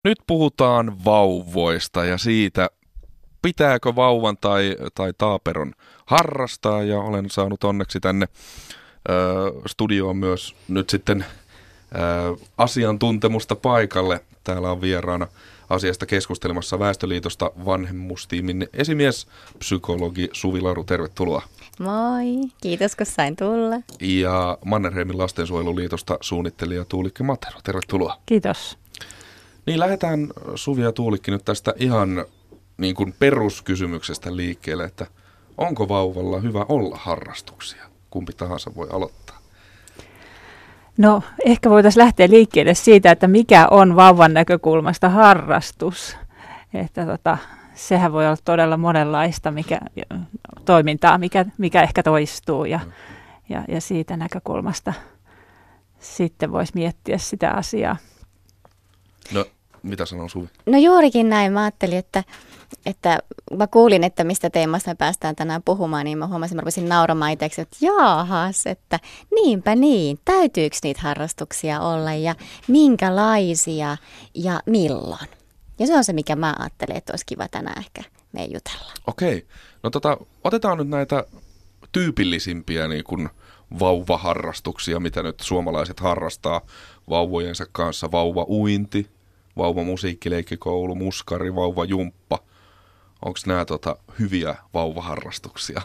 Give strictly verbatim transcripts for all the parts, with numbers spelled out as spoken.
Nyt puhutaan vauvoista ja siitä, pitääkö vauvan tai, tai taaperon harrastaa, ja olen saanut onneksi tänne ö, studioon myös nyt sitten ö, asiantuntemusta paikalle. Täällä on vieraana asiasta keskustelemassa Väestöliitosta vanhemmuustiimin esimies, psykologi Suvi Laru, tervetuloa. Moi, kiitos kun sain tulla. Ja Mannerheimin lastensuojeluliitosta suunnittelija Tuulikki Matero, tervetuloa. Kiitos. Niin, lähdetään Suvi ja Tuulikki nyt tästä ihan niin kuin peruskysymyksestä liikkeelle, että onko vauvalla hyvä olla harrastuksia? Kumpi tahansa voi aloittaa. No, ehkä voitaisiin lähteä liikkeelle siitä, että mikä on vauvan näkökulmasta harrastus. Että tota, sehän voi olla todella monenlaista mikä, toimintaa, mikä, mikä ehkä toistuu ja, mm. ja, ja siitä näkökulmasta sitten voisi miettiä sitä asiaa. No, mitä sanoo Suvi? No juurikin näin. Mä ajattelin, että, että mä kuulin, että mistä teemasta me päästään tänään puhumaan, niin mä huomasin, mä rupesin nauramaan itseksi, että jaahas, että niinpä niin, täytyykö niitä harrastuksia olla ja minkälaisia ja milloin. Ja se on se, mikä mä ajattelin, että olisi kiva tänään ehkä me jutella. Okei, no tota, otetaan nyt näitä tyypillisimpiä niin kuin vauvaharrastuksia, mitä nyt suomalaiset harrastaa vauvojensa kanssa. Vauva-uinti, vauva-musiikkileikkikoulu, muskari, vauva-jumppa. Onko nämä tota, hyviä vauvaharrastuksia?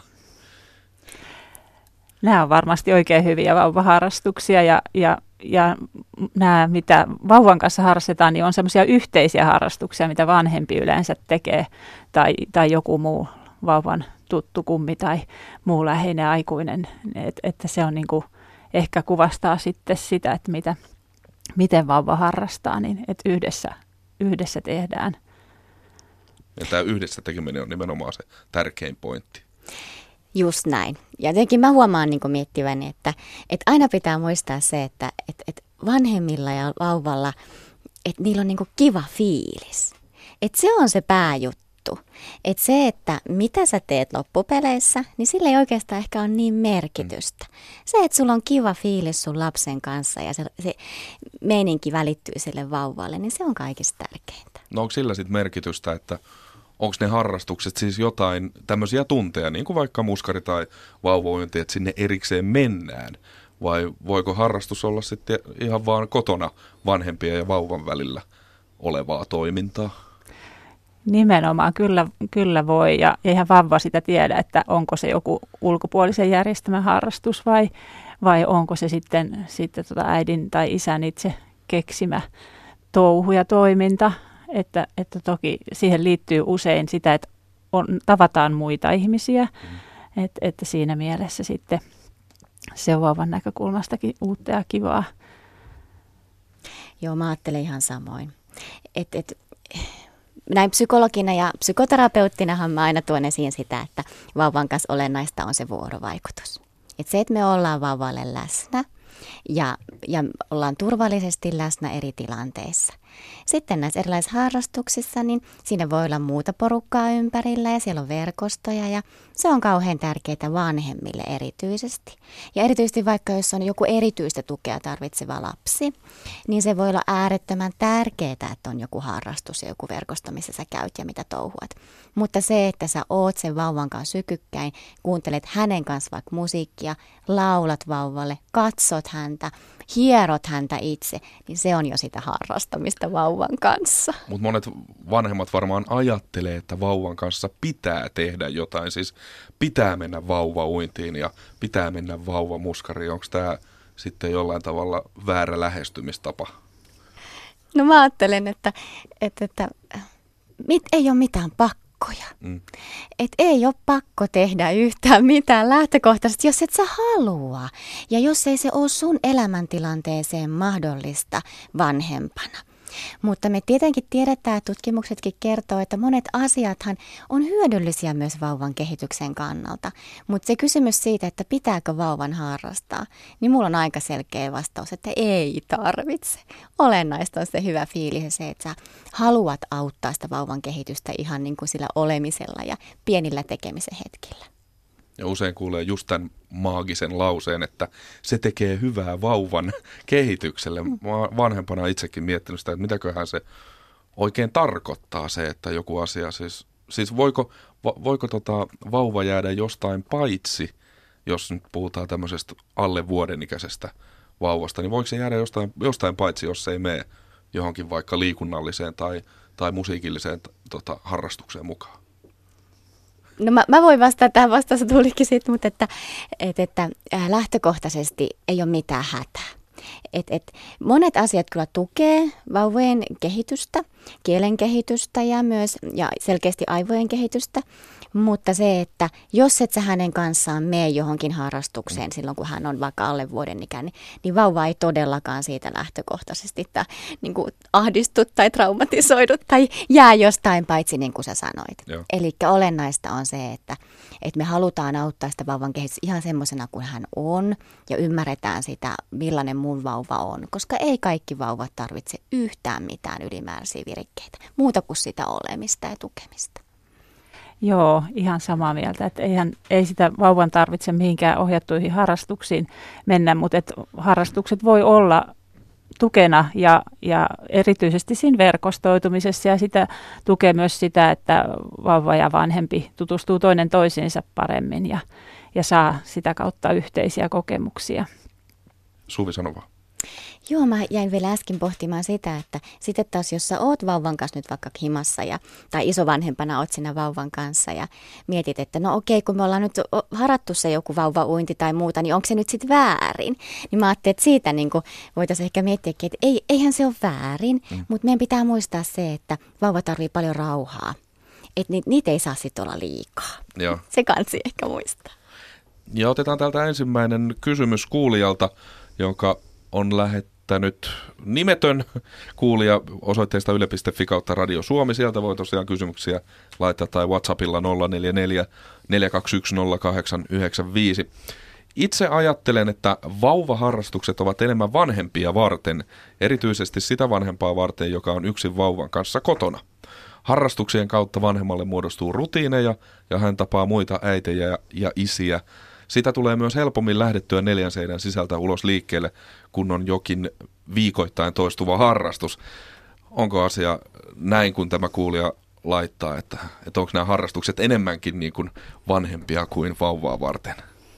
Nämä on varmasti oikein hyviä vauvaharrastuksia ja, ja, ja nämä, mitä vauvan kanssa harrastetaan, niin on semmoisia yhteisiä harrastuksia, mitä vanhempi yleensä tekee tai, tai joku muu vauvan tuttu kummi tai muu läheinen aikuinen. Et, että se on niin kuin, ehkä kuvastaa sitten sitä, että mitä, miten vauva harrastaa, niin että yhdessä, yhdessä tehdään. Ja tämä yhdessä tekeminen on nimenomaan se tärkein pointti. Just näin. Ja jotenkin mä huomaan niin miettiväni, että, että aina pitää muistaa se, että, että, että vanhemmilla ja vauvalla, että niillä on niin kiva fiilis. Että se on se pääjuttu. Että se, että mitä sä teet loppupeleissä, niin sillä ei oikeastaan ehkä ole niin merkitystä. Se, että sulla on kiva fiilis sun lapsen kanssa ja se, se meininki välittyy sille vauvalle, niin se on kaikista tärkeintä. No onko sillä sitten merkitystä, että onko ne harrastukset siis jotain tämmöisiä tunteja, niin kuin vaikka muskari tai vauvauinti, että sinne erikseen mennään? Vai voiko harrastus olla sitten ihan vaan kotona vanhempien ja vauvan välillä olevaa toimintaa? Nimenomaan, kyllä, kyllä voi. Ja eihän vauva sitä tiedä, että onko se joku ulkopuolisen järjestämä harrastus vai, vai onko se sitten, sitten tota äidin tai isän itse keksimä touhu ja toiminta. Että, että toki siihen liittyy usein sitä, että on, tavataan muita ihmisiä, mm. Et, että siinä mielessä sitten se on vauvan näkökulmastakin uutta ja kivaa. Joo, mä ajattelen ihan samoin. Et, et, näin psykologina ja psykoterapeuttinahan mä aina tuon esiin sitä, että vauvan kanssa olennaista on se vuorovaikutus. Et se, että me ollaan vauvalle läsnä ja, ja ollaan turvallisesti läsnä eri tilanteissa. Sitten näissä erilaisissa harrastuksissa, niin siinä voi olla muuta porukkaa ympärillä ja siellä on verkostoja ja se on kauhean tärkeää vanhemmille erityisesti. Ja erityisesti vaikka jos on joku erityistä tukea tarvitseva lapsi, niin se voi olla äärettömän tärkeää, että on joku harrastus ja joku verkosto, missä sä käyt ja mitä touhuat. Mutta se, että sä oot sen vauvan kanssa sykykkäin, kuuntelet hänen kanssa vaikka musiikkia, laulat vauvalle, katsot häntä, hierot häntä itse, niin se on jo sitä harrastamista vauvan kanssa. Mutta monet vanhemmat varmaan ajattelee, että vauvan kanssa pitää tehdä jotain. Siis pitää mennä vauvauintiin ja pitää mennä vauvamuskariin. Onko tämä sitten jollain tavalla väärä lähestymistapa? No mä ajattelen, että, että, että mit, ei ole mitään pakkoja. Mm. Et ei ole pakko tehdä yhtään mitään lähtökohtaisesti, jos et sä halua. Ja jos ei se ole sun elämäntilanteeseen mahdollista vanhempana. Mutta me tietenkin tiedetään, että tutkimuksetkin kertoo, että monet asiathan on hyödyllisiä myös vauvan kehityksen kannalta. Mutta se kysymys siitä, että pitääkö vauvan harrastaa, niin mulla on aika selkeä vastaus, että ei tarvitse. Olennaista on se hyvä fiilis ja se, että sä haluat auttaa sitä vauvan kehitystä ihan niin kuin sillä olemisella ja pienillä tekemisen hetkillä. Ja usein kuulee just tämän maagisen lauseen, että se tekee hyvää vauvan kehitykselle. Mä oon vanhempana itsekin miettinyt sitä, että mitäköhän se oikein tarkoittaa se, että joku asia, siis, siis voiko, voiko tota vauva jäädä jostain paitsi, jos nyt puhutaan tämmöisestä alle vuoden ikäisestä vauvasta, niin voiko se jäädä jostain, jostain paitsi, jos se ei mene johonkin vaikka liikunnalliseen tai, tai musiikilliseen tota, harrastukseen mukaan? No mä, mä voin vastata tähän, vastaus tulikin siitä, mutta että, että, että lähtökohtaisesti ei ole mitään hätää. Et, et monet asiat kyllä tukee vauvojen kehitystä, kielen kehitystä ja myös ja selkeästi aivojen kehitystä, mutta se, että jos et sä hänen kanssaan mene johonkin harrastukseen silloin, kun hän on vaikka alle vuoden ikäinen, niin, niin vauva ei todellakaan siitä lähtökohtaisesti tai, niin kuin ahdistu tai traumatisoidu tai jää jostain paitsi niin kuin sä sanoit. Eli olennaista on se, että, että me halutaan auttaa sitä vauvan kehitystä ihan semmoisena kuin hän on ja ymmärretään sitä, millainen mun vauva on, koska ei kaikki vauvat tarvitse yhtään mitään ylimääräisiä virikkeitä, muuta kuin sitä olemista ja tukemista. Joo, ihan samaa mieltä, että eihän, ei sitä vauvan tarvitse mihinkään ohjattuihin harrastuksiin mennä, mutta et harrastukset voi olla tukena ja, ja erityisesti siinä verkostoitumisessa ja sitä tukee myös sitä, että vauva ja vanhempi tutustuu toinen toisiinsa paremmin ja, ja saa sitä kautta yhteisiä kokemuksia. Suvi, sano vaan. Joo, mä jäin vielä äsken pohtimaan sitä, että sitten taas jos sä oot vauvan kanssa nyt vaikka himassa ja, tai isovanhempana oot siinä vauvan kanssa ja mietit, että no okei, kun me ollaan nyt harattu se joku vauvauinti tai muuta, niin onko se nyt sitten väärin? Niin mä ajattelin, että siitä niin voitaisiin ehkä miettiä, että ei, eihän se ole väärin, mm. mutta meidän pitää muistaa se, että vauva tarvii paljon rauhaa. Että ni, niitä ei saa sitten olla liikaa. Joo. Se kansi ehkä muistaa. Ja otetaan täältä ensimmäinen kysymys kuulijalta, joka on lähettänyt nimetön kuulija osoitteesta yle piste fi kautta Radio Suomi. Sieltä voi tosiaan kysymyksiä laittaa tai WhatsAppilla nolla neljä neljä neljä kaksi yksi nolla kahdeksan yhdeksän viisi. Itse ajattelen, että vauvaharrastukset ovat enemmän vanhempia varten, erityisesti sitä vanhempaa varten, joka on yksin vauvan kanssa kotona. Harrastuksien kautta vanhemmalle muodostuu rutiineja ja hän tapaa muita äitejä ja isiä. Sitä tulee myös helpommin lähdettyä neljän seinän sisältä ulos liikkeelle, kun on jokin viikoittain toistuva harrastus. Onko asia näin, kun tämä kuulija laittaa, että, että onko nämä harrastukset enemmänkin niin kuin vanhempia kuin vauvaa varten?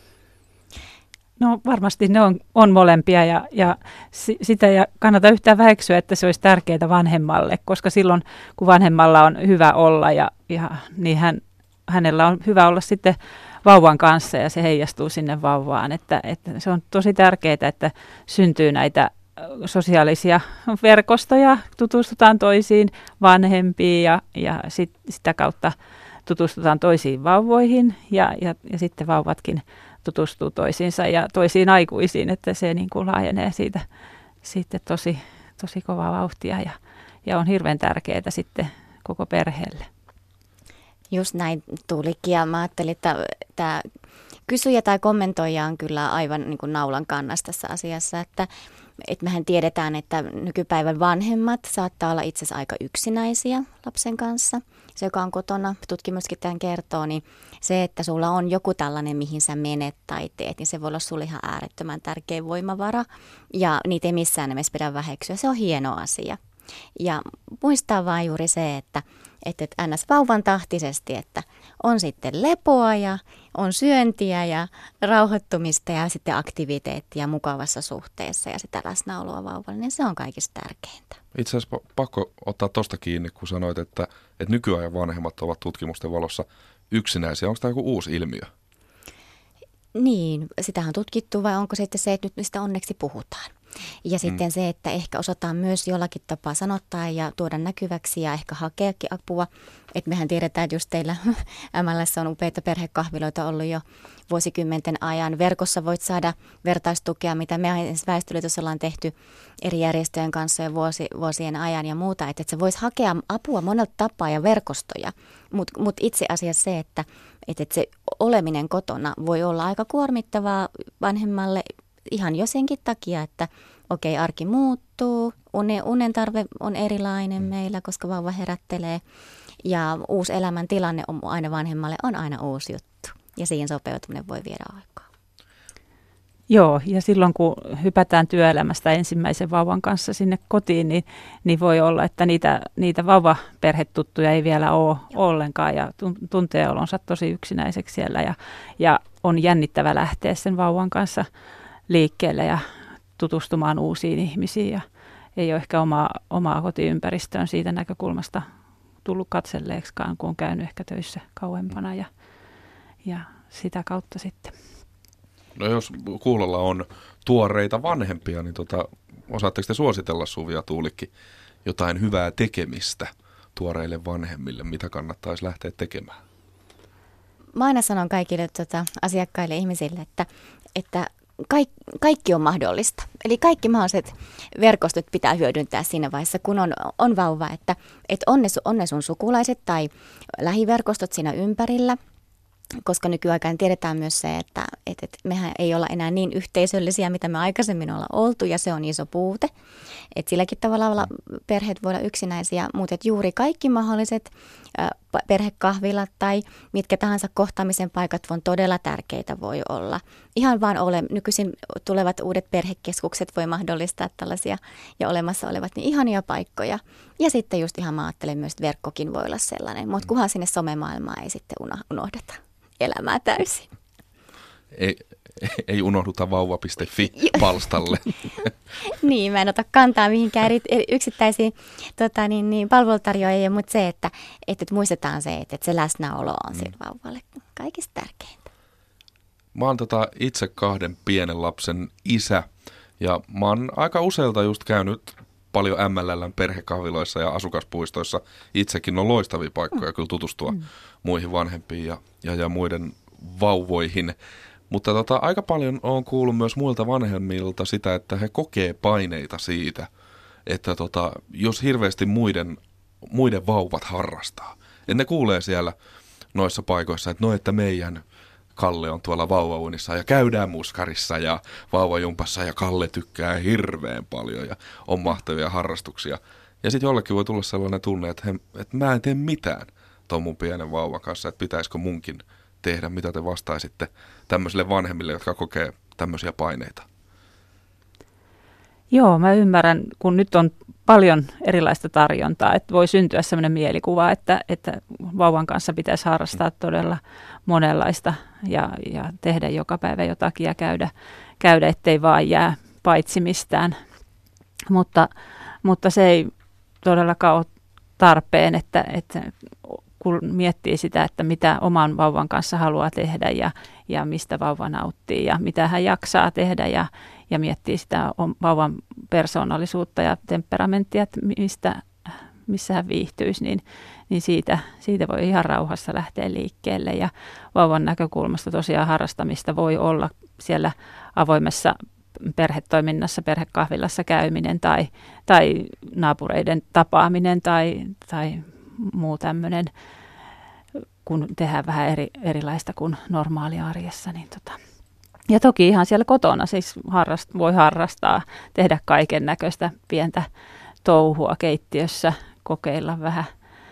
No varmasti ne on, on molempia ja, ja sitä ei kannata yhtään väheksyä, että se olisi tärkeää vanhemmalle, koska silloin kun vanhemmalla on hyvä olla ja, ja niin hän, hänellä on hyvä olla sitten vauvan kanssa ja se heijastuu sinne vauvaan, että, että se on tosi tärkeää, että syntyy näitä sosiaalisia verkostoja, tutustutaan toisiin vanhempiin ja, ja sit, sitä kautta tutustutaan toisiin vauvoihin ja, ja, ja sitten vauvatkin tutustuu toisiinsa ja toisiin aikuisiin, että se niin kuin laajenee siitä sitten tosi, tosi kovaa vauhtia ja, ja on hirveän tärkeää sitten koko perheelle. Just näin tulikin ja mä ajattelin, että tämä kysyjä tai kommentoija on kyllä aivan niin kuin naulan kannassa tässä asiassa, että, että mehän tiedetään, että nykypäivän vanhemmat saattaa olla itse asiassa aika yksinäisiä lapsen kanssa. Se, joka on kotona, tutkimuskin tämän kertoo, niin se, että sulla on joku tällainen, mihin sä menet tai teet, niin se voi olla sulle ihan äärettömän tärkeä voimavara ja niitä ei missään nimessä pidä väheksyä. Se on hieno asia. Ja muistaa vaan juuri se, että että ns. Vauvan tahtisesti, että on sitten lepoa ja on syöntiä ja rauhoittumista ja sitten aktiviteettia mukavassa suhteessa ja sitä läsnäoloa vauvalle, niin se on kaikista tärkeintä. Itse asiassa pakko ottaa tuosta kiinni, kun sanoit, että, että nykyajan vanhemmat ovat tutkimusten valossa yksinäisiä. Onko tämä joku uusi ilmiö? Niin, sitähän on tutkittu vai onko sitten se, että nyt mistä onneksi puhutaan. Ja sitten mm. se, että ehkä osataan myös jollakin tapaa sanottaa ja tuoda näkyväksi ja ehkä hakeakin apua. Että mehän tiedetään, että just teillä M L S on upeita perhekahviloita ollut jo vuosikymmenten ajan. Verkossa voit saada vertaistukea, mitä me Väestöliitossa ollaan tehty eri järjestöjen kanssa jo vuosi, vuosien ajan ja muuta. Että et se voisi hakea apua monelta tapaa ja verkostoja. Mutta mut itse asiassa se, että et, et se oleminen kotona voi olla aika kuormittavaa vanhemmalle, ihan jo senkin takia, että okei, okay, arki muuttuu, unen, unen tarve on erilainen meillä, koska vauva herättelee ja uusi elämäntilanne on aina vanhemmalle on aina uusi juttu ja siihen sopeutuminen voi viedä aikaa. Joo, ja silloin kun hypätään työelämästä ensimmäisen vauvan kanssa sinne kotiin, niin, niin voi olla, että niitä, niitä vauvaperhetuttuja ei vielä ole ollenkaan ja tuntee olonsa tosi yksinäiseksi siellä ja, ja on jännittävä lähteä sen vauvan kanssa liikkeelle ja tutustumaan uusiin ihmisiin ja ei ole ehkä omaa, omaa kotiympäristöön siitä näkökulmasta tullut katselleeksikaan, kun on käynyt ehkä töissä kauempana ja, ja sitä kautta sitten. No jos kuulolla on tuoreita vanhempia, niin tota, osaatteko te suositella, Suvi ja Tuulikki, jotain hyvää tekemistä tuoreille vanhemmille, mitä kannattaisi lähteä tekemään? Mä aina sanon kaikille tota, asiakkaille ihmisille, että, että kaikki, kaikki on mahdollista. Eli kaikki mahdolliset verkostot pitää hyödyntää siinä vaiheessa, kun on, on vauva, että, että on, ne, on ne sun sukulaiset tai lähiverkostot siinä ympärillä. Koska nykyaikaan tiedetään myös se, että, että, että mehän ei olla enää niin yhteisöllisiä, mitä me aikaisemmin ollaan oltu, ja se on iso puute. Että silläkin tavalla perheet voi olla yksinäisiä, mutta juuri kaikki mahdolliset ä, perhekahvilat tai mitkä tahansa kohtaamisen paikat on todella tärkeitä voi olla. Ihan vaan ole, nykyisin tulevat uudet perhekeskukset voi mahdollistaa tällaisia ja olemassa olevat niin ihania paikkoja. Ja sitten just ihan mä ajattelen myös, että verkkokin voi olla sellainen, mutta kunhan sinne somemaailmaan ei sitten unohdeta elämää täysin. Ei, ei unohduta vauva piste fi-palstalle. Niin, mä en ota kantaa mihinkään eri, yksittäisiin tota, niin, niin, palvelutarjoajia, mutta se, että, että muistetaan se, että se läsnäolo on sille vauvalle kaikista tärkeintä. Mä oon tota itse kahden pienen lapsen isä ja mä oon aika useilta just käynyt paljon M L L:n perhekahviloissa ja asukaspuistoissa. Itsekin on loistavia paikkoja mm. kyllä tutustua mm. muihin vanhempiin ja, ja, ja muiden vauvoihin. Mutta tota, aika paljon on kuullut myös muilta vanhemmilta sitä, että he kokee paineita siitä, että tota, jos hirveästi muiden, muiden vauvat harrastaa. Että ne kuulee siellä noissa paikoissa, että no että meidän Kalle on tuolla vauvauunissa ja käydään muskarissa ja vauvajumpassa ja Kalle tykkää hirveän paljon ja on mahtavia harrastuksia. Ja sitten jollekin voi tulla sellainen tunne, että, he, että mä en tee mitään tuon mun pienen vauvan kanssa, että pitäisikö munkin tehdä, mitä te vastaisitte tämmöisille vanhemmille, jotka kokee tämmöisiä paineita. Joo, mä ymmärrän, kun nyt on paljon erilaista tarjontaa, että voi syntyä sellainen mielikuva, että, että vauvan kanssa pitäisi harrastaa todella monenlaista ja, ja tehdä joka päivä jotakin ja käydä, käydä ettei vaan jää paitsi mistään. Mutta, mutta se ei todellakaan ole tarpeen, että, että kun miettii sitä, että mitä oman vauvan kanssa haluaa tehdä ja, ja mistä vauva nauttii ja mitä hän jaksaa tehdä ja, ja miettii sitä vauvan persoonallisuutta ja temperamenttia, että mistä, missä hän viihtyisi, niin, niin siitä, siitä voi ihan rauhassa lähteä liikkeelle. Ja vauvan näkökulmasta tosiaan harrastamista voi olla siellä avoimessa perhetoiminnassa, perhekahvilassa käyminen tai, tai naapureiden tapaaminen tai, tai muu tämmöinen, kun tehdään vähän eri, erilaista kuin normaali arjessa. Niin tota. Ja toki ihan siellä kotona siis harrast, voi harrastaa, tehdä kaiken näköistä pientä touhua keittiössä, kokeilla vähän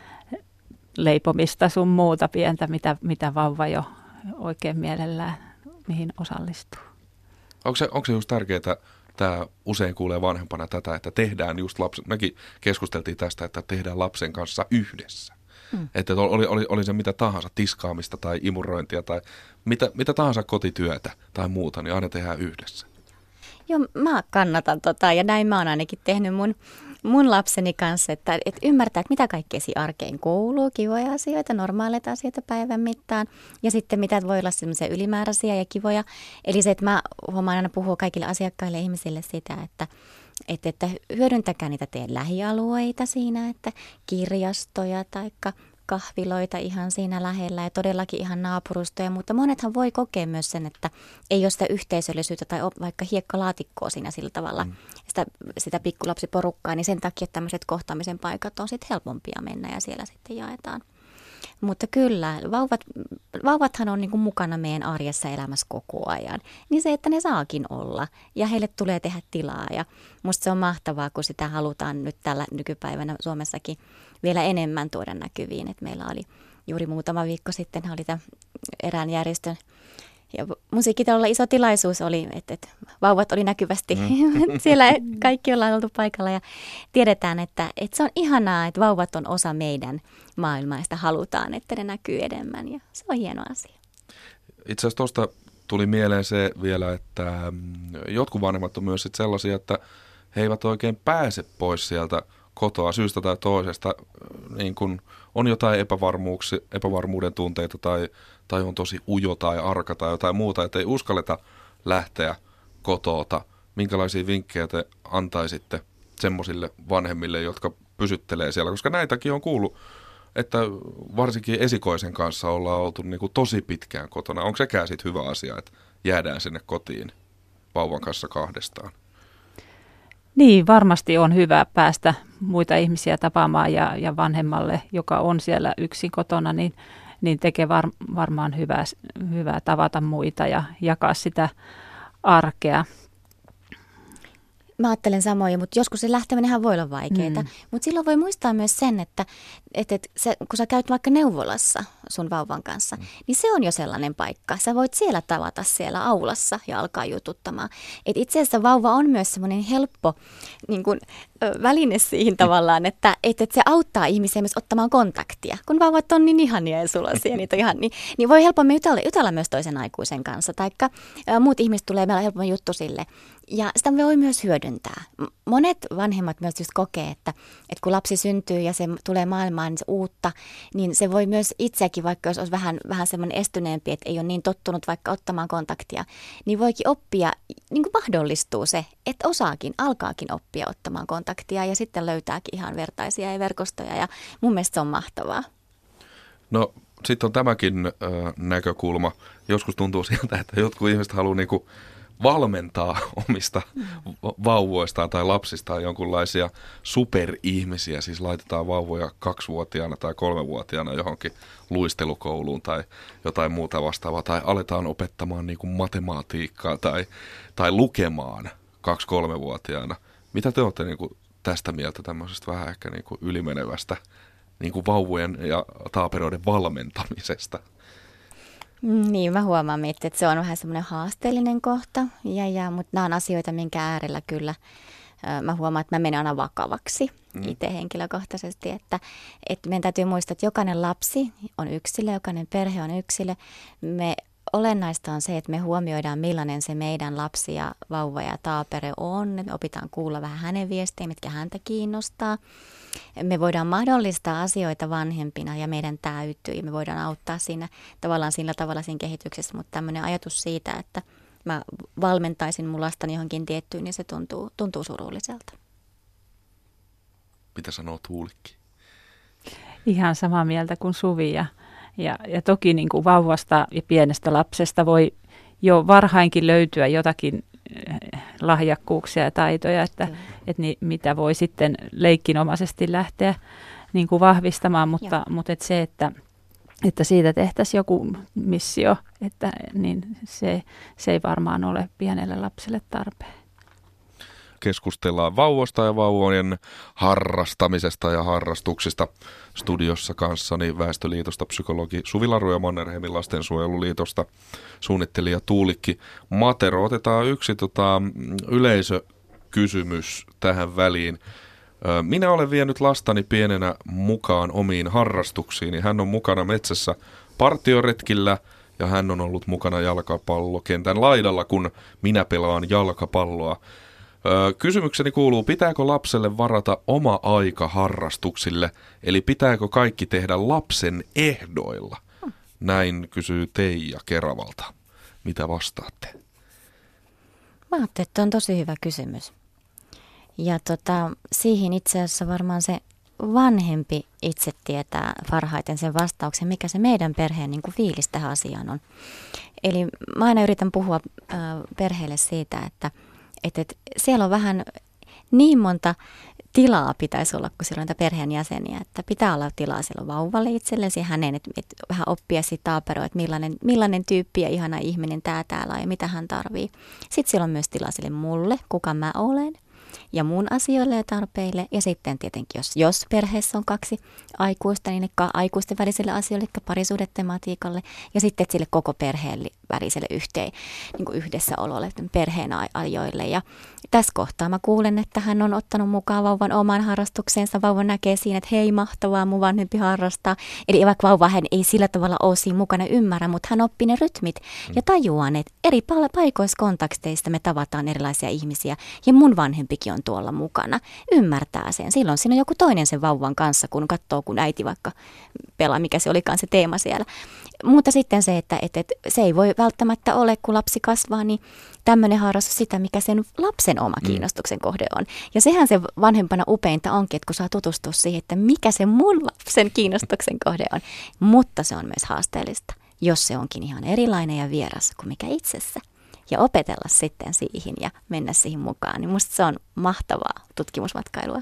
leipomista sun muuta pientä, mitä, mitä vauva jo oikein mielellään, mihin osallistuu. Onko se, onko se just tärkeää, tämä usein kuulee vanhempana tätä, että tehdään just lapsen, mekin keskusteltiin tästä, että tehdään lapsen kanssa yhdessä. Mm. Että oli, oli, oli se mitä tahansa, tiskaamista tai imurointia tai mitä, mitä tahansa kotityötä tai muuta, niin aina tehdään yhdessä. Joo, mä kannatan tota ja näin mä oon ainakin tehnyt mun, mun lapseni kanssa, että, että ymmärtää, että mitä kaikkea siinä arkeen kuuluu, kivoja asioita, normaaleita asioita päivän mittaan ja sitten mitä voi olla semmoisia ylimääräisiä ja kivoja. Eli se, että mä huomaan aina puhua kaikille asiakkaille ja ihmisille sitä, että Että, että hyödyntäkää niitä teidän lähialueita siinä, että kirjastoja tai kahviloita ihan siinä lähellä ja todellakin ihan naapurustoja, mutta monethan voi kokea myös sen, että ei ole sitä yhteisöllisyyttä tai vaikka hiekkalaatikkoa siinä sillä tavalla, mm. sitä, sitä pikkulapsiporukkaa, niin sen takia tämmöiset kohtaamisen paikat on sitten helpompia mennä ja siellä sitten jaetaan. Mutta kyllä, vauvat, vauvathan on niin kuin mukana meidän arjessa elämässä koko ajan. Niin se, että ne saakin olla ja heille tulee tehdä tilaa. Ja musta se on mahtavaa, kun sitä halutaan nyt tällä nykypäivänä Suomessakin vielä enemmän tuoda näkyviin. Et meillä oli juuri muutama viikko sitten, oli tämä erään järjestön Ja musiikkitalolla iso tilaisuus oli, että, että vauvat oli näkyvästi. Mm. Siellä kaikki ollaan oltu paikalla ja tiedetään, että, että se on ihanaa, että vauvat on osa meidän maailmaa ja sitä halutaan, että ne näkyy enemmän ja se on hieno asia. Itse asiassa tuosta tuli mieleen se vielä, että jotkut vanhemmat on myös sit sellaisia, että he eivät oikein pääse pois sieltä kotoa syystä tai toisesta, niin kun on jotain epävarmuuksia, epävarmuuden tunteita tai, tai on tosi ujo tai arka tai jotain muuta, että ei uskalleta lähteä kotoota. Minkälaisia vinkkejä te antaisitte semmoisille vanhemmille, jotka pysyttelee siellä? Koska näitäkin on kuullut, että varsinkin esikoisen kanssa ollaan oltu niin kuin tosi pitkään kotona. Onko sekään sitten hyvä asia, että jäädään sinne kotiin vauvan kanssa kahdestaan? Niin, varmasti on hyvä päästä muita ihmisiä tapaamaan ja, ja vanhemmalle, joka on siellä yksin kotona, niin, niin tekee var, varmaan hyvää, hyvää tavata muita ja jakaa sitä arkea. Mä ajattelen samoin, mutta joskus se lähteminenhän voi olla vaikeaa. Mm. Mutta silloin voi muistaa myös sen, että, että, että se, kun sä käyt vaikka neuvolassa sun vauvan kanssa, mm. niin se on jo sellainen paikka. Sä voit siellä tavata siellä aulassa ja alkaa jututtamaan. Et itse asiassa vauva on myös semmoinen helppo niin kun, ö, väline siihen tavallaan, että, että, että se auttaa ihmisiä myös ottamaan kontaktia. Kun vauvat on niin ihania ja suloisia, niitä ihan, niin, niin voi helpommin jutella, jutella myös toisen aikuisen kanssa. Taikka ö, muut ihmiset tulee, meillä on helpommin juttu sille. Ja sitä voi myös hyödyntää. Monet vanhemmat myös just kokee, että, että kun lapsi syntyy ja se tulee maailmaan niin se uutta, niin se voi myös itsekin, vaikka jos olisi vähän, vähän semmoinen estyneempi, että ei ole niin tottunut vaikka ottamaan kontaktia, niin voikin oppia, niin kuin mahdollistuu se, että osaakin, alkaakin oppia ottamaan kontaktia ja sitten löytääkin ihan vertaisia ja verkostoja ja mun mielestä se on mahtavaa. No sitten on tämäkin ö, näkökulma. Joskus tuntuu siltä, että jotkut ihmiset haluaa niinku valmentaa omista vauvoistaan tai lapsistaan jonkunlaisia superihmisiä. Siis laitetaan vauvoja kaksivuotiaana tai kolmevuotiaana johonkin luistelukouluun tai jotain muuta vastaavaa. Tai aletaan opettamaan niin kuin matematiikkaa tai, tai lukemaan kaksi-kolmevuotiaana. Mitä te olette niin kuin tästä mieltä tämmöisestä vähän ehkä niin kuin ylimenevästä niin kuin vauvojen ja taaperoiden valmentamisesta? Niin, mä huomaan, että se on vähän semmoinen haasteellinen kohta, ja, ja, mutta nämä on asioita, minkä äärellä kyllä mä huomaan, että mä menen aina vakavaksi mm. itse henkilökohtaisesti, että, että meidän täytyy muistaa, että jokainen lapsi on yksilö, jokainen perhe on yksilö. Me olennaista on se, että me huomioidaan, millainen se meidän lapsi ja vauva ja taapere on, että opitaan kuulla vähän hänen viestejä, mitkä häntä kiinnostaa. Me voidaan mahdollistaa asioita vanhempina ja meidän täytyy ja me voidaan auttaa siinä tavallaan sillä tavalla siinä kehityksessä, mutta tämmöinen ajatus siitä, että mä valmentaisin mun lastani johonkin tiettyyn, niin se tuntuu, tuntuu surulliselta. Mitä sanoo Tuulikki? Ihan samaa mieltä kuin Suvi ja, ja, ja toki niin kuin vauvasta ja pienestä lapsesta voi jo varhainkin löytyä jotakin lahjakkuuksia ja taitoja, että, että ni, mitä voi sitten leikkinomaisesti lähteä niin kuin vahvistamaan, mutta, mutta et se, että, että siitä tehtäisiin joku missio, että, niin se, se ei varmaan ole pienelle lapselle tarpeen. Keskustellaan vauvoista ja vauvojen harrastamisesta ja harrastuksista. Studiossa kanssani Väestöliitosta psykologi Suvi Laru ja Mannerheimin lastensuojeluliitosta suunnittelija Tuulikki Matero. Otetaan yksi tota, yleisökysymys tähän väliin. Minä olen vienyt lastani pienenä mukaan omiin harrastuksiini. Hän on mukana metsässä partioretkillä ja hän on ollut mukana jalkapallokentän laidalla, kun minä pelaan jalkapalloa. Kysymykseni kuuluu, pitääkö lapselle varata oma aika harrastuksille, eli pitääkö kaikki tehdä lapsen ehdoilla? Näin kysyy Teija Keravalta. Mitä vastaatte? Mä ajattelin, että on tosi hyvä kysymys. Ja tota, siihen itse asiassa varmaan se vanhempi itse tietää parhaiten sen vastauksen, mikä se meidän perheen niin kuin fiilis tähän asiaan on. Eli mä aina yritän puhua äh, perheelle siitä, että Että et siellä on vähän niin monta tilaa pitäisi olla, kun siellä on niitä perheenjäseniä, että pitää olla tilaa silloin vauvalle itsellesi ja hänen, että et vähän oppia sitä taaperoa, että millainen, millainen tyyppi ja ihana ihminen tämä täällä on ja mitä hän tarvii. Sitten siellä on myös tilaa sille mulle, kuka mä olen. ja mun asioille ja tarpeille. Ja sitten tietenkin, jos, jos perheessä on kaksi aikuista, niin ne aikuisten välisille asioille, eli parisuhdetematiikalle, ja sitten sille koko perheen väliselle yhteen, niin kuin yhdessäololle, perheen ajoille. Ja tässä kohtaa mä kuulen, että hän on ottanut mukaan vauvan oman harrastukseensa. Vauva näkee siinä, että hei, mahtavaa, mun vanhempi harrastaa. Eli vaikka vauva hän ei sillä tavalla ole siinä mukana ymmärrä, mutta hän oppii ne rytmit ja tajuaa, että eri paikoissa kontakteista me tavataan erilaisia ihmisiä. Ja mun vanhempikin on tuolla mukana. Ymmärtää sen. Silloin siinä on joku toinen sen vauvan kanssa, kun katsoo, kun äiti vaikka pelaa, mikä se olikaan se teema siellä. Mutta sitten se, että, että, että se ei voi välttämättä ole, kun lapsi kasvaa, niin tämmöinen harrastus sitä, mikä sen lapsen oma kiinnostuksen kohde on. Ja sehän se vanhempana upeinta onkin, että kun saa tutustua siihen, että mikä se mun lapsen kiinnostuksen kohde on. Mutta se on myös haasteellista, jos se onkin ihan erilainen ja vieras kuin mikä itsessä. Ja opetella sitten siihen ja mennä siihen mukaan. Niin musta se on mahtavaa tutkimusmatkailua.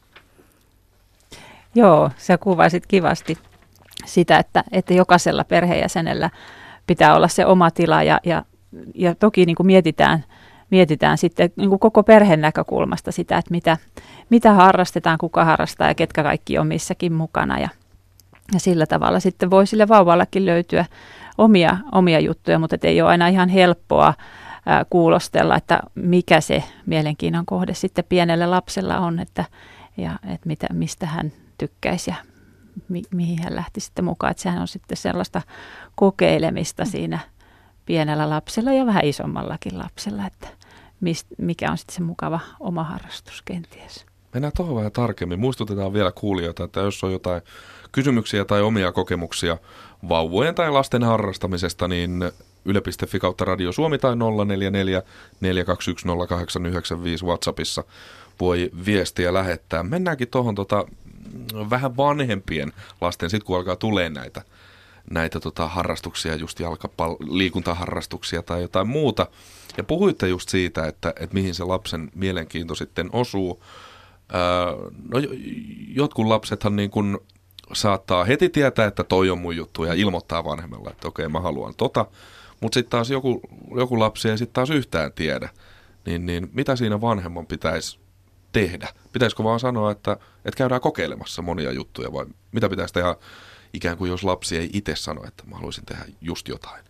Joo, sä kuvasit kivasti sitä, että, että jokaisella perheenjäsenellä pitää olla se oma tila ja, ja, ja toki niin kuin mietitään, mietitään sitten niin kuin koko perheen näkökulmasta sitä, että mitä, mitä harrastetaan, kuka harrastaa ja ketkä kaikki on missäkin mukana ja, ja sillä tavalla sitten voi sille vauvallakin löytyä omia, omia juttuja, mutta ei ole aina ihan helppoa ää, kuulostella, että mikä se mielenkiinnon kohde sitten pienellä lapsella on, että, ja, että mitä, mistä hän tykkäisi ja mi, mihin hän lähti sitten mukaan. Että sehän on sitten sellaista kokeilemista siinä pienellä lapsella ja vähän isommallakin lapsella, että mist, mikä on sitten se mukava oma harrastus kenties. Mennään tuohon vähän tarkemmin. Muistutetaan vielä kuulijoita, että jos on jotain kysymyksiä tai omia kokemuksia vauvojen tai lasten harrastamisesta, niin yle piste fi kautta Radio Suomi tai nolla neljä neljä neljä kaksi yksi nolla kahdeksan yhdeksän viisi WhatsAppissa voi viestiä lähettää. Mennäänkin tuohon tota, vähän vanhempien lasten, sitten kun alkaa tulee näitä, näitä tota, harrastuksia, just jalkapall- liikuntaharrastuksia tai jotain muuta. Ja puhuitte just siitä, että, että mihin se lapsen mielenkiinto sitten osuu. Öö, no, jotkut lapsethan niin kuin saattaa heti tietää, että toi on mun juttu ja ilmoittaa vanhemmalla, että okei, mä haluan tota. Mutta sitten taas joku, joku lapsi ei sitten taas yhtään tiedä. Niin, niin mitä siinä vanhemman pitäisi tehdä? Pitäisikö vaan sanoa, että, että käydään kokeilemassa monia juttuja vai mitä pitäisi tehdä ikään kuin jos lapsi ei itse sano, että mä haluaisin tehdä just jotain?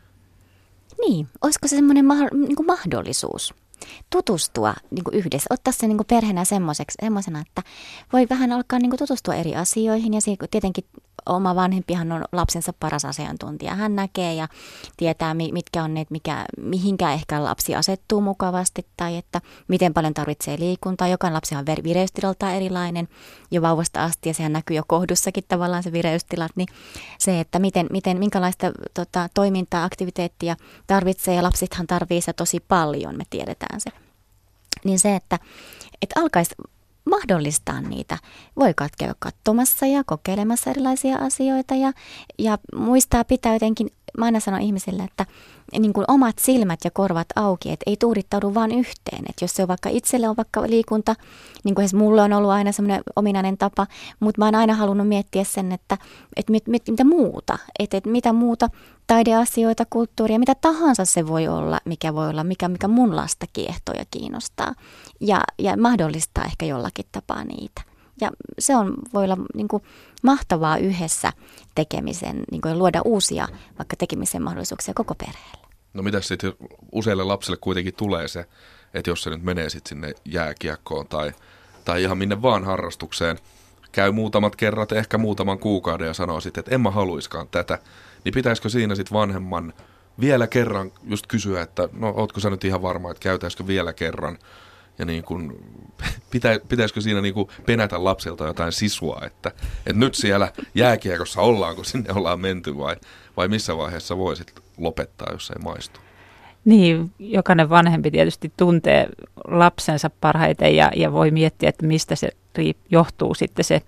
Niin, olisiko se semmoinen ma- niin kuin mahdollisuus tutustua niin kuin yhdessä, ottaa se niin kuin perheenä semmoisena, että voi vähän alkaa niin kuin tutustua eri asioihin ja tietenkin oma vanhempihan on lapsensa paras asiantuntija. Hän näkee ja tietää, mitkä on ne, mikä, mihinkä ehkä lapsi asettuu mukavasti tai että miten paljon tarvitsee liikuntaa. Jokainen lapsi on vireystilaltaan erilainen jo vauvasta asti ja sehän näkyy jo kohdussakin tavallaan se vireystilat. Niin se, että miten, miten, minkälaista tota, toimintaa, aktiviteettia tarvitsee ja lapsithan tarvitsee se tosi paljon, me tiedetään se. Niin se, että, että alkaisi mahdollistaa niitä. Voi käydä katsomassa ja kokeilemassa erilaisia asioita ja, ja muistaa pitää jotenkin, mä aina sanon ihmisille, että niin kuin omat silmät ja korvat auki, että ei tuudittaudu vaan yhteen. Että jos se on vaikka itselle on vaikka liikunta, niin kuin mulle on ollut aina semmoinen ominainen tapa, mutta mä oon aina halunnut miettiä sen, että, että mit, mit, mitä muuta, että, että mitä muuta taideasioita, kulttuuria, mitä tahansa se voi olla, mikä voi olla, mikä, mikä mun lasta kiehtoo ja kiinnostaa ja, ja mahdollistaa ehkä jollakin tapaa niitä. Ja se on, voi olla niin kuin mahtavaa yhdessä tekemisen, niin kuin luoda uusia vaikka tekemisen mahdollisuuksia koko perheelle. No mitäs sitten useille lapsille kuitenkin tulee se, että jos se nyt menee sitten sinne jääkiekkoon tai, tai ihan minne vaan harrastukseen, käy muutamat kerrat, ehkä muutaman kuukauden ja sanoo sitten, että en mä haluiskaan tätä, niin pitäisikö siinä sitten vanhemman vielä kerran just kysyä, että no ootko sä nyt ihan varma, että käytäisikö vielä kerran? Ja niin kuin, pitä, pitäisikö siinä niin kuin penätä lapsilta jotain sisua, että, että nyt siellä jääkiekossa ollaan, kun sinne ollaan menty vai, vai missä vaiheessa voisit lopettaa, jos ei maistu? Niin, jokainen vanhempi tietysti tuntee lapsensa parhaiten ja, ja voi miettiä, että mistä se johtuu sitten se,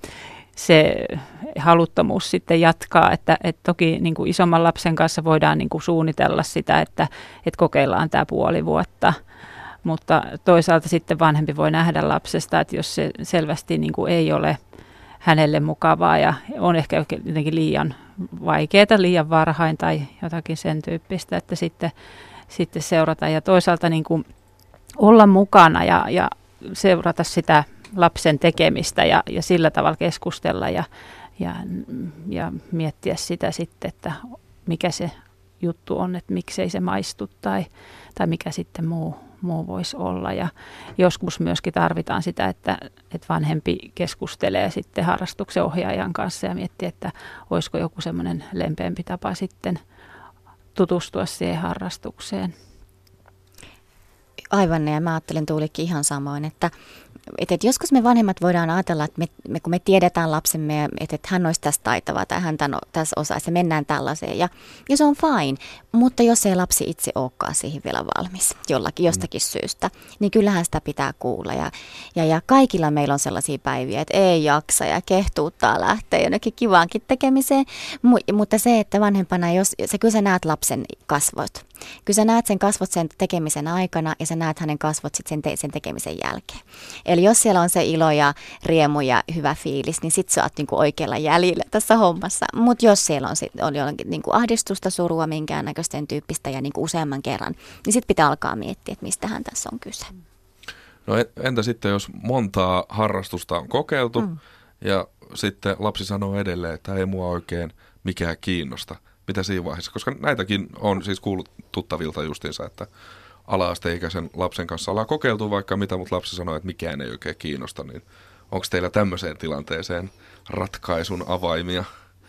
se haluttomuus sitten jatkaa. Että, että toki niin kuin isomman lapsen kanssa voidaan niin kuin suunnitella sitä, että, että kokeillaan tämä puoli vuotta. Mutta toisaalta sitten vanhempi voi nähdä lapsesta, että jos se selvästi niin kuin ei ole hänelle mukavaa ja on ehkä jotenkin liian vaikeaa, liian varhain tai jotakin sen tyyppistä, että sitten, sitten seurata ja toisaalta niin kuin olla mukana ja, ja seurata sitä lapsen tekemistä ja, ja sillä tavalla keskustella ja, ja, ja miettiä sitä sitten, että mikä se juttu on, että miksei se maistu tai, tai mikä sitten muu, muu voisi olla. Ja joskus myöskin tarvitaan sitä, että, että vanhempi keskustelee sitten harrastuksen ohjaajan kanssa ja miettii, että olisiko joku semmoinen lempeämpi tapa sitten tutustua siihen harrastukseen. Aivan, ja mä ajattelen Tuulikki ihan samoin, että, että, että joskus me vanhemmat voidaan ajatella, että me, me, kun me tiedetään lapsemme, että, että hän olisi tässä taitava tai hän tämän, tässä osaisi ja mennään tällaiseen ja, ja se on fine, mutta jos ei lapsi itse olekaan siihen vielä valmis jollakin, jostakin syystä, niin kyllähän sitä pitää kuulla ja, ja, ja kaikilla meillä on sellaisia päiviä, että ei jaksa ja kehtuuttaa lähteä jonnekin kivaankin tekemiseen, Mu- mutta se, että vanhempana, jos sä kyllä sä näet lapsen kasvot, kyllä sä näet sen kasvot sen tekemisen aikana ja sä näet hänen kasvot sit sen, te- sen tekemisen jälkeen. Eli jos siellä on se ilo ja riemu ja hyvä fiilis, niin sit sä oot niinku oikealla jäljellä tässä hommassa. Mutta jos siellä on, sit, on jollakin niinku ahdistusta, surua, minkäännäköisten tyyppistä ja niinku useamman kerran, niin sit pitää alkaa miettiä, että mistähän tässä on kyse. No entä sitten, jos montaa harrastusta on kokeiltu mm. ja sitten lapsi sanoo edelleen, että ei mua oikein mikään kiinnosta. Mitä siinä vaiheessa? Koska näitäkin on siis kuullut tuttavilta justiinsa, että ala-asteikäisen lapsen kanssa ollaan kokeiltu vaikka mitä, mutta lapsi sanoo, että mikään ei oikein kiinnosta. Niin onko teillä tämmöiseen tilanteeseen ratkaisun avaimia?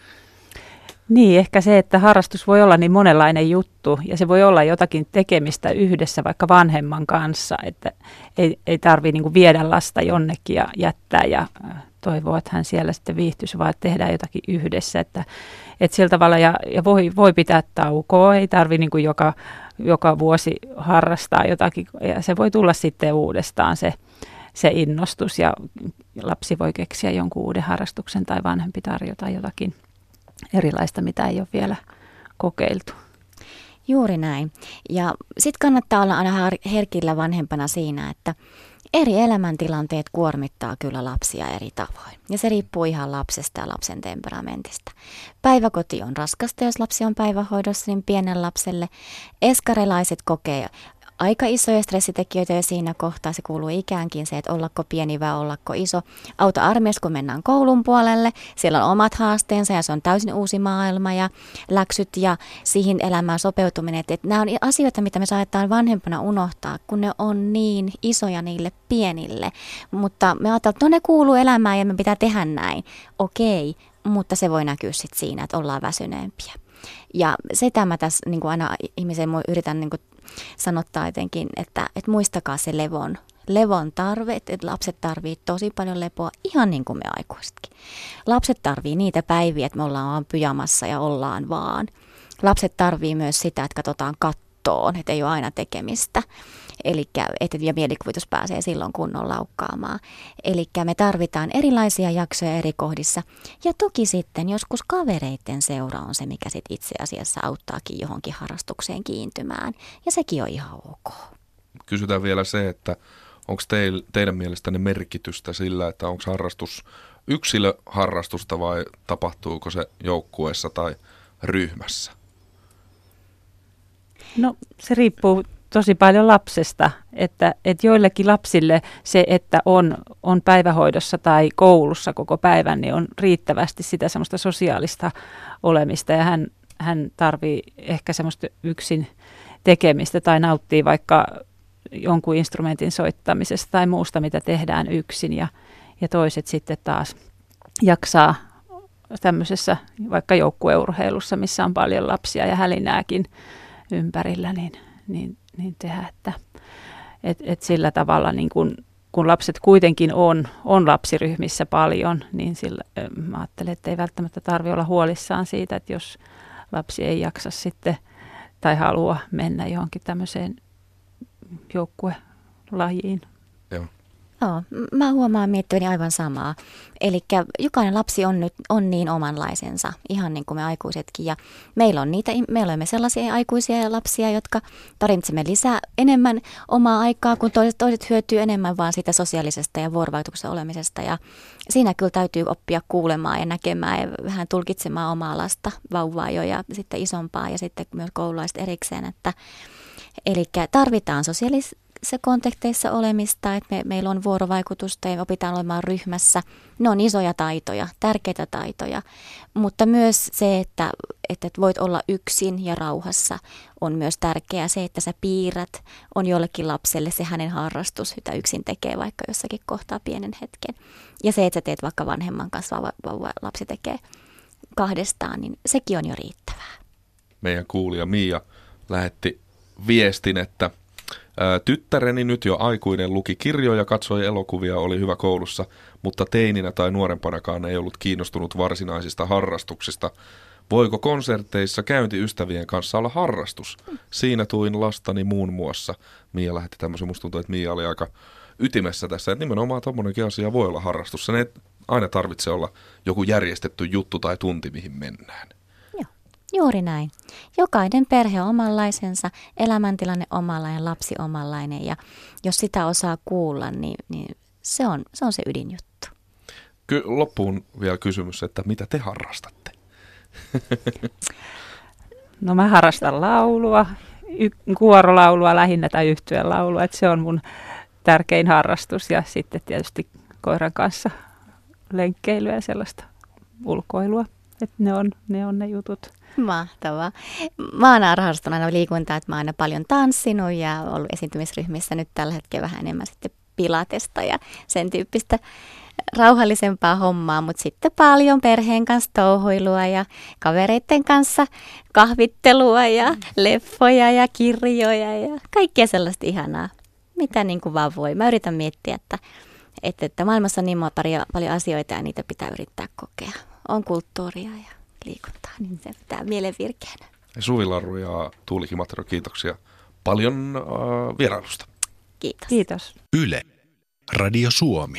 Niin, ehkä se, että harrastus voi olla niin monenlainen juttu ja se voi olla jotakin tekemistä yhdessä vaikka vanhemman kanssa, että ei, ei tarvitse niin kuin viedä lasta jonnekin ja jättää ja toivoa, että hän siellä sitten viihtyisi, vaan että tehdään jotakin yhdessä, että, että sillä tavalla ja, ja voi, voi pitää taukoa, ei tarvitse niin kuin joka, joka vuosi harrastaa jotakin ja se voi tulla sitten uudestaan se, se innostus ja lapsi voi keksiä jonkun uuden harrastuksen tai vanhempi tarjota jotakin erilaista, mitä ei ole vielä kokeiltu. Juuri näin. Ja sitten kannattaa olla aina herkillä vanhempana siinä, että eri elämäntilanteet kuormittaa kyllä lapsia eri tavoin. Ja se riippuu ihan lapsesta ja lapsen temperamentista. Päiväkoti on raskasta, jos lapsi on päivähoidossa, niin pienen lapselle. Eskarelaiset kokee aika isoja stressitekijöitä jo siinä kohtaa, se kuuluu ikäänkin se, että ollako pieni vai ollako iso. Auto-armias, kun mennään koulun puolelle, siellä on omat haasteensa ja se on täysin uusi maailma ja läksyt ja siihen elämään sopeutuminen. Että, että nämä on asioita, mitä me saatetaan vanhempana unohtaa, kun ne on niin isoja niille pienille. Mutta me ajatellaan, että no ne kuuluu elämään ja me pitää tehdä näin. Okei, mutta se voi näkyä sitten siinä, että ollaan väsyneempiä. Ja sitä mä tässä niin kuin aina ihmisen yritän niin kuin sanottaa jotenkin, että, että muistakaa se levon, levon tarve, että lapset tarvii tosi paljon lepoa, ihan niin kuin me aikuisetkin. Lapset tarvii niitä päiviä, että me ollaan vaan pyjamassa ja ollaan vaan. Lapset tarvii myös sitä, että katsotaan kattoon, että ei ole aina tekemistä. Elikkä, että ja mielikuvitus pääsee silloin kunnon laukkaamaan. Eli me tarvitaan erilaisia jaksoja eri kohdissa. Ja toki sitten joskus kavereiden seura on se, mikä sit itse asiassa auttaakin johonkin harrastukseen kiintymään. Ja sekin on ihan ok. Kysytään vielä se, että onko teil, teidän mielestänne merkitystä sillä, että onko harrastus yksilöharrastusta vai tapahtuuko se joukkueessa tai ryhmässä? No se riippuu tosi paljon lapsesta, että, että joillekin lapsille se, että on, on päivähoidossa tai koulussa koko päivän, niin on riittävästi sitä semmoista sosiaalista olemista ja hän, hän tarvii ehkä semmoista yksin tekemistä tai nauttii vaikka jonkun instrumentin soittamisesta tai muusta, mitä tehdään yksin ja, ja toiset sitten taas jaksaa tämmöisessä vaikka joukkueurheilussa, missä on paljon lapsia ja hälinääkin ympärillä, niin, niin niin tehdä, että et, et sillä tavalla niin kun, kun lapset kuitenkin on, on lapsiryhmissä paljon, niin sillä, mä ajattelen, että ei välttämättä tarvitse olla huolissaan siitä, että jos lapsi ei jaksa sitten tai halua mennä johonkin tämmöiseen joukkuelajiin. Joo. Joo, mä huomaan miettiväni aivan samaa. Eli jokainen lapsi on nyt on niin omanlaisensa, ihan niin kuin me aikuisetkin. Ja meillä on niitä, me olemme sellaisia aikuisia ja lapsia, jotka tarvitsemme lisää enemmän omaa aikaa, kun toiset, toiset hyötyy enemmän vaan siitä sosiaalisesta ja vuorovaikutuksen olemisesta. Ja siinä kyllä täytyy oppia kuulemaan ja näkemään ja vähän tulkitsemaan omaa lasta, vauvaa jo ja sitten isompaa ja sitten myös koululaiset erikseen. Että, eli tarvitaan sosiaalis se kontekteissa olemista, että me, meillä on vuorovaikutusta ja me opitaan olemaan ryhmässä. Ne on isoja taitoja, tärkeitä taitoja, mutta myös se, että, että voit olla yksin ja rauhassa on myös tärkeää. Se, että sä piirrät, on jollekin lapselle se hänen harrastus, jota yksin tekee vaikka jossakin kohtaa pienen hetken. Ja se, että sä teet vaikka vanhemman kanssa, vauva, vauva lapsi tekee kahdestaan, niin sekin on jo riittävää. Meidän kuulija Mia lähetti viestin, että ää, tyttäreni nyt jo aikuinen luki kirjoja, katsoi elokuvia, oli hyvä koulussa, mutta teininä tai nuorempanakaan ei ollut kiinnostunut varsinaisista harrastuksista. Voiko konserteissa käynti ystävien kanssa olla harrastus? Siinä tuin lastani muun muassa. Mia lähetti tämmöisen, musta tuntuu, että Mia oli aika ytimessä tässä, että nimenomaan tommonenkin asia voi olla harrastus. Sen ei aina tarvitse olla joku järjestetty juttu tai tunti, mihin mennään. Juuri näin. Jokainen perhe on omanlaisensa, elämäntilanne omanlainen, lapsi omanlainen ja jos sitä osaa kuulla, niin, niin se, on, se on se ydinjuttu. Ky- loppuun vielä kysymys, että mitä te harrastatte? No mä harrastan laulua, y- kuorolaulua lähinnä tai yhtyeen laulua, että se on mun tärkein harrastus ja sitten tietysti koiran kanssa lenkkeilyä ja sellaista ulkoilua, että ne on ne, on ne jutut. Mahtavaa. Mä oon harrastanut aina liikuntaa, että mä oon aina paljon tanssinut ja ollut esiintymisryhmissä nyt tällä hetkellä vähän enemmän sitten pilatesta ja sen tyyppistä rauhallisempaa hommaa, mutta sitten paljon perheen kanssa touhuilua ja kavereiden kanssa kahvittelua ja leffoja ja kirjoja ja kaikkea sellaista ihanaa, mitä niin kuin vaan voi. Mä yritän miettiä, että, että, että maailmassa on niin paljon, paljon asioita ja niitä pitää yrittää kokea. On kulttuuria ja liikuntaa, niin se pitää mielen virkeänä. Suvi Larru ja Tuuli Kimatero, kiitoksia paljon äh, vierailusta. Kiitos. Kiitos. Yle, Radio Suomi.